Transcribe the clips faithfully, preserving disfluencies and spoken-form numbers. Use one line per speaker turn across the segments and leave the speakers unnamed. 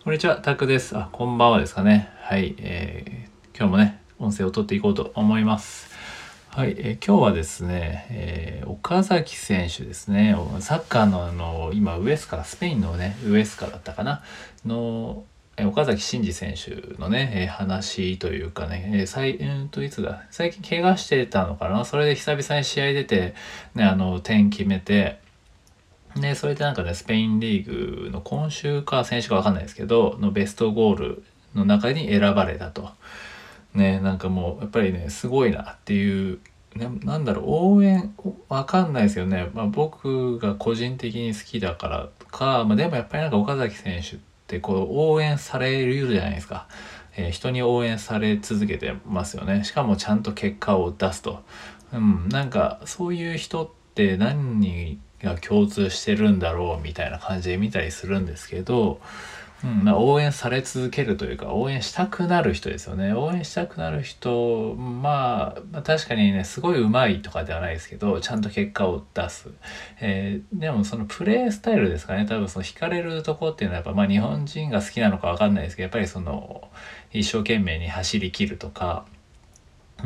こんにちは、タクです。あ、こんばんはですかね。はい、えー、今日もね、音声を取っていこうと思います。はい、えー、今日はですね、えー、岡崎選手ですね。サッカーのあの、今、ウエスカー、スペインのね、ウエスカだったかな、の、えー岡崎慎司選手のね、えー話というかね、えー、最、えーと、いつだ、最近怪我してたのかな、それで久々に試合出て、ね、あの、点決めて、で、それでなんかね、スペインリーグの今週か先週かわかんないですけど、のベストゴールの中に選ばれたと。ね、なんかもう、やっぱりね、すごいなっていう、ね、なんだろう、応援、わかんないですよね。まあ僕が個人的に好きだからか、まあでもやっぱりなんか岡崎選手ってこう、応援されるじゃないですか。えー人に応援され続けてますよね。しかもちゃんと結果を出すと。うん、なんかそういう人って何が共通してるんだろうみたいな感じで見たりするんですけど、うん、まあ応援され続けるというか応援したくなる人ですよね。応援したくなる人、まあ、まあ確かにねすごい上手いとかではないですけどちゃんと結果を出す、えーでもそのプレースタイルですかね。多分その惹かれるとこっていうのはやっぱまあ日本人が好きなのかわかんないですけどやっぱりその一生懸命に走り切るとか、うん、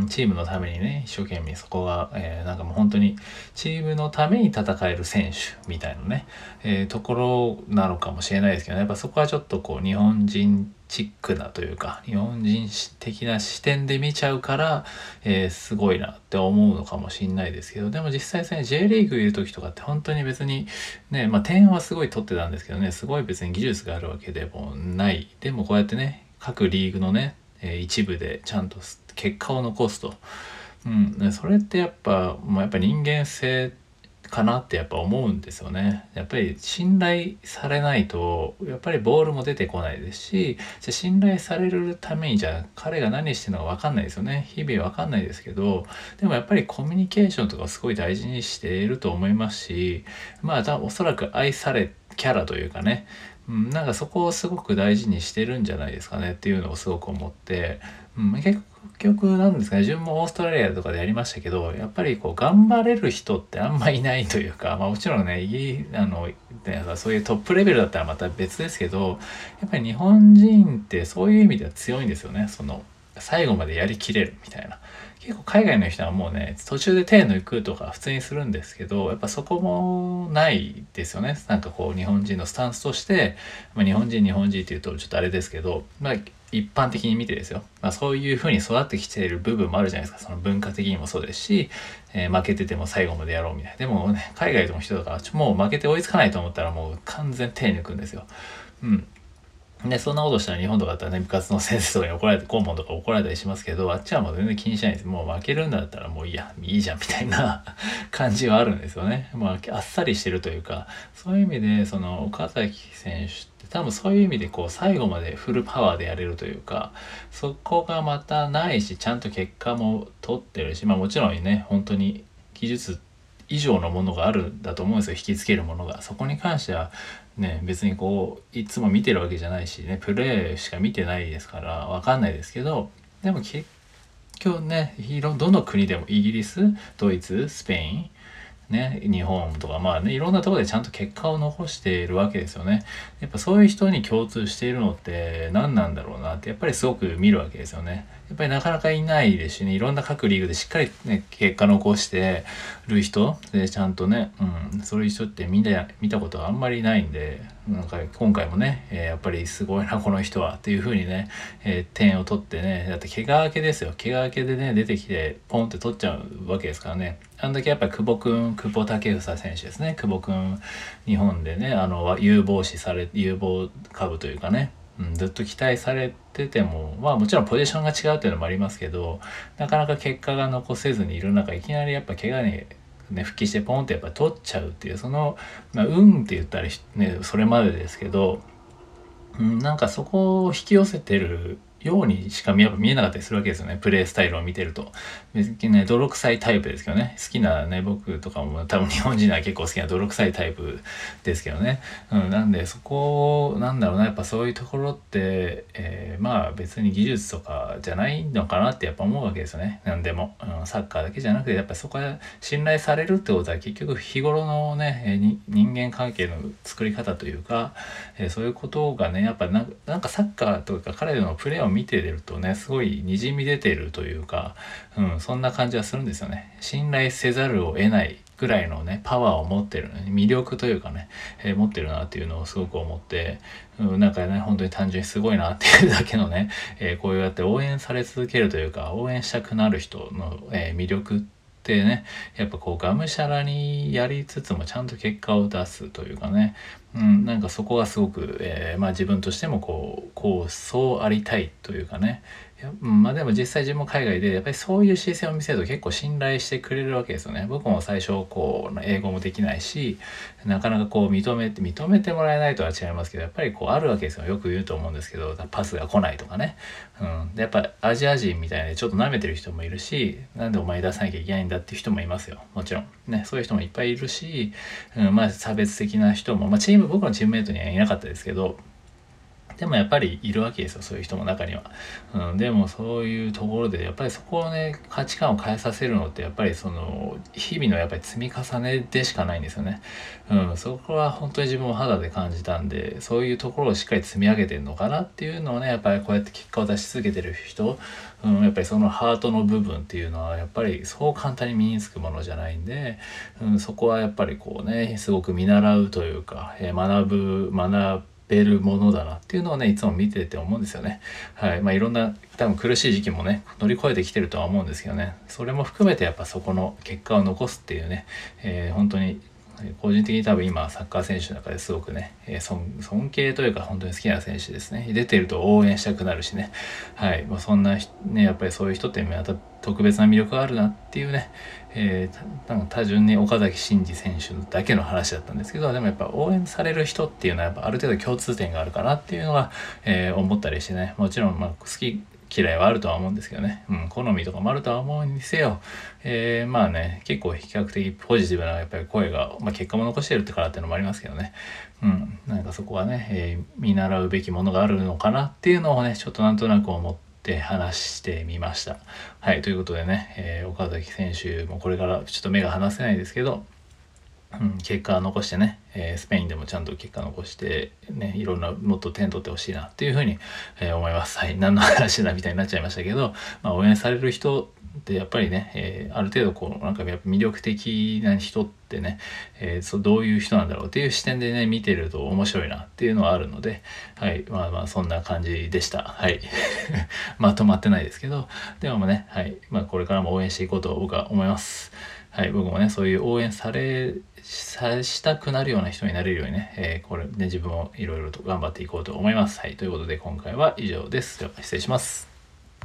チームのためにね、一生懸命そこが、えーなんかもう本当にチームのために戦える選手みたいなね、えーところなのかもしれないですけど、ね、やっぱそこはちょっとこう日本人チックなというか、日本人的な視点で見ちゃうから、えーすごいなって思うのかもしれないですけど、でも実際ですね、J リーグいる時とかって本当に別にね、まあ点はすごい取ってたんですけどね、すごい別に技術があるわけでもない。でもこうやってね、各リーグのね、えー一部でちゃんと結果を残すと、うん、それってやっぱ、まあ、やっぱ人間性かなってやっぱ思うんですよね。やっぱり信頼されないとやっぱりボールも出てこないですし、じゃあ信頼されるためにじゃあ彼が何してるのか分かんないですよね。日々分かんないですけど、でもやっぱりコミュニケーションとかすごい大事にしていると思いますし、まあ多分おそらく愛されキャラというかね、うん、なんかそこをすごく大事にしてるんじゃないですかねっていうのをすごく思って、うん、結局なんですかね、自分もオーストラリアとかでやりましたけど、やっぱりこう頑張れる人ってあんまいないというか、まあもちろんね、いい、あの、ねそういうトップレベルだったらまた別ですけど、やっぱり日本人ってそういう意味では強いんですよね。その、最後までやりきれるみたいな。結構海外の人はもうね、途中で手抜くとか普通にするんですけど、やっぱそこもないですよね。なんかこう日本人のスタンスとして、まあ、日本人日本人っていうとちょっとあれですけど、まあ一般的に見てですよ。まあそういう風に育ってきている部分もあるじゃないですか。その文化的にもそうですし、えー負けてても最後までやろうみたいな。でもね、海外の人とかもう負けて追いつかないと思ったらもう完全手抜くんですよ。うん。で、そんなことしたら日本とかだったらね、部活の先生とかに怒られて、顧問とか怒られたりしますけど、あっちはもう全然気にしないんです。もう負けるんだったらもういいや、いいじゃんみたいな感じはあるんですよね。まあ、あっさりしてるというか、そういう意味で、その、岡崎選手って多分そういう意味でこう、最後までフルパワーでやれるというか、そこがまたないし、ちゃんと結果も取ってるし、まあもちろんね、本当に技術以上のものがあるんだと思うんですよ。引きつけるものが。そこに関しては、ね、別にこういつも見てるわけじゃないしね、プレーしか見てないですからわかんないですけど、でも結局ね、いろどの国でもイギリス、ドイツ、スペインね、日本とかまあね、いろんなところでちゃんと結果を残しているわけですよね。やっぱそういう人に共通しているのって何なんだろうなってやっぱりすごく見るわけですよね。やっぱりなかなかいないですしね、いろんな各リーグでしっかりね、結果残してる人でちゃんとね、うん、そういう人ってみんな見たことはあんまりないんで、なんか今回もね、えーやっぱりすごいなこの人はっていう風にね、えー点を取ってね、だって怪我明けですよ。怪我明けでね、出てきてポンって取っちゃうわけですからね。あんだけやっぱり久保くん、久保建英選手ですね。久保くん、日本でね、あの、有望視され、有望株というかね、うん、ずっと期待されてても、まあもちろんポジションが違うっていうのもありますけど、なかなか結果が残せずにいる中、いきなりやっぱ怪我にね、復帰してポンってやっぱ取っちゃうっていう、その、まあ、運って言ったらね、それまでですけど、うん、なんかそこを引き寄せてるようにしか見え見えなかったりするわけですよね。プレースタイルを見てると。別にね、泥臭いタイプですけどね。好きなね、僕とかも多分日本人は結構好きな泥臭いタイプですけどね。うん、なんでそこ、なんだろうな、やっぱそういうところって、えー、まあ別に技術とかじゃないのかなってやっぱ思うわけですよね。なんでも。うん、サッカーだけじゃなくて、やっぱそこは信頼されるってことは結局日頃のね、えー、人間関係の作り方というか、えー、そういうことがね、やっぱななんかサッカーとか彼らのプレーを見てるとね、すごい滲み出てるというか、うん、そんな感じはするんですよね。信頼せざるを得ないぐらいのね、パワーを持ってる、ね、魅力というかね、えー、持ってるなっていうのをすごく思って、うん、なんかね、本当に単純にすごいなっていうだけのね、えー、こうやって応援され続けるというか、応援したくなる人の、えー、魅力ってね、やっぱこうがむしゃらにやりつつもちゃんと結果を出すというかね、うん、なんかそこがすごく、えー、まあ自分としてもこう、こう、そうありたいというかね、いや、うん、まあでも実際自分も海外でやっぱりそういう姿勢を見せると結構信頼してくれるわけですよね。僕も最初こう英語もできないし、なかなかこう認めて認めてもらえないとは違いますけど、やっぱりこうあるわけですよ。よく言うと思うんですけど、パスが来ないとかね。うん、でやっぱアジア人みたいでちょっと舐めてる人もいるし、なんでお前出さなきゃいけないんだっていう人もいますよ。もちろんね、そういう人もいっぱいいるし、うん、まあ差別的な人も、まあチーム僕のチームメイトにはいなかったですけど。でもやっぱりいるわけですよ、そういう人も中には。うん、でもそういうところでやっぱりそこをね、価値観を変えさせるのってやっぱりその日々のやっぱり積み重ねでしかないんですよね。うん、そこは本当に自分も肌で感じたんで、そういうところをしっかり積み上げてるのかなっていうのをね、やっぱりこうやって結果を出し続けてる人、うん、やっぱりそのハートの部分っていうのはやっぱりそう簡単に身につくものじゃないんで、うん、そこはやっぱりこうね、すごく見習うというか、えー、学ぶ、学ぶべるものだなっていうのをねいつも見てて思うんですよね。はい。まあいろんな多分苦しい時期もね乗り越えてきてるとは思うんですけどね、それも含めてやっぱそこの結果を残すっていうね、えー、本当に個人的に多分今サッカー選手の中ですごくね、えー、尊, 尊敬というか本当に好きな選手ですね。出てると応援したくなるしね。はい。まあ、そんなねやっぱりそういう人ってまた特別な魅力があるなっていうね、えー、なんか単純に岡崎慎司選手だけの話だったんですけど、でもやっぱ応援される人っていうのはやっぱある程度共通点があるかなっていうのは、えー、思ったりしてね、もちろんまあ好き嫌いはあるとは思うんですけどね、うん、好みとかもあるとは思うんにせよ、えー、まあね結構比較的ポジティブなやっぱり声が、まあ、結果も残してるってからっていうのもありますけどね、うん、なんかそこはね、えー、見習うべきものがあるのかなっていうのをねちょっとなんとなく思って話してみました。はい、ということでね、えー、岡崎選手もこれからちょっと目が離せないですけど、うん、結果残してね、えー、スペインでもちゃんと結果残してね、いろんなもっと点取ってほしいなっていうふうに、えー、思います。はい、何の話だみたいになっちゃいましたけど、まあ、応援される人ってやっぱりね、えー、ある程度こうなんかやっぱ魅力的な人ってね、えー、そうどういう人なんだろうっていう視点でね見てると面白いなっていうのはあるので、はい、まあまあそんな感じでした。はい、まとまってないですけど、でもね、はい、まあこれからも応援していこうと僕は思います。はい、僕もねそういう応援されさしたくなるような人になれるようにね、えー、これね自分もいろいろと頑張っていこうと思います。はい、ということで今回は以上です。では失礼します。